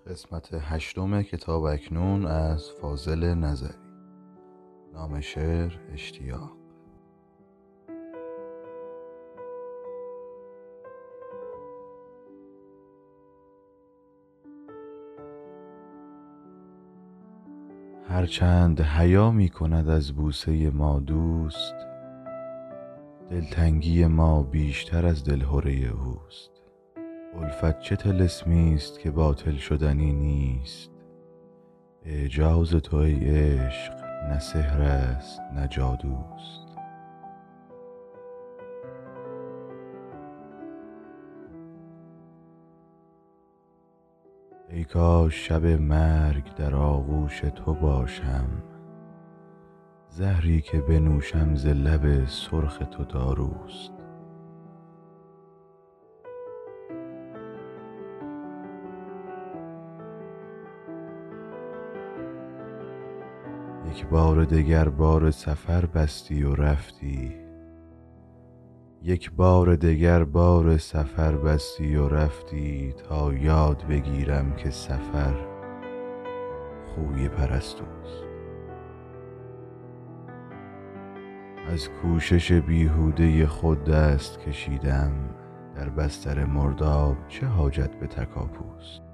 قسمت 8 کتاب اکنون از فاضل نظری. نام شعر اشتیاق. هرچند حیا می کند از بوسه ما دوست، دلتنگی ما بیشتر از دلهره اوست. الفت چه طلسمی است که باطل شدنی نیست، اعجاز تو ای عشق نه سحر است نه جادوست. ای کاش شب مرگ در آغوش تو باشم، زهری که بنوشم ز لب سرخ تو داروست. یک بار دگر بار سفر بستی و رفتی، یک بار دگر بار سفر بستی و رفتی، تا یاد بگیرم که سفر خوی پرستوست. از کوشش بیهوده خود دست کشیدم، در بستر مرداب چه حاجت به تکاپوست.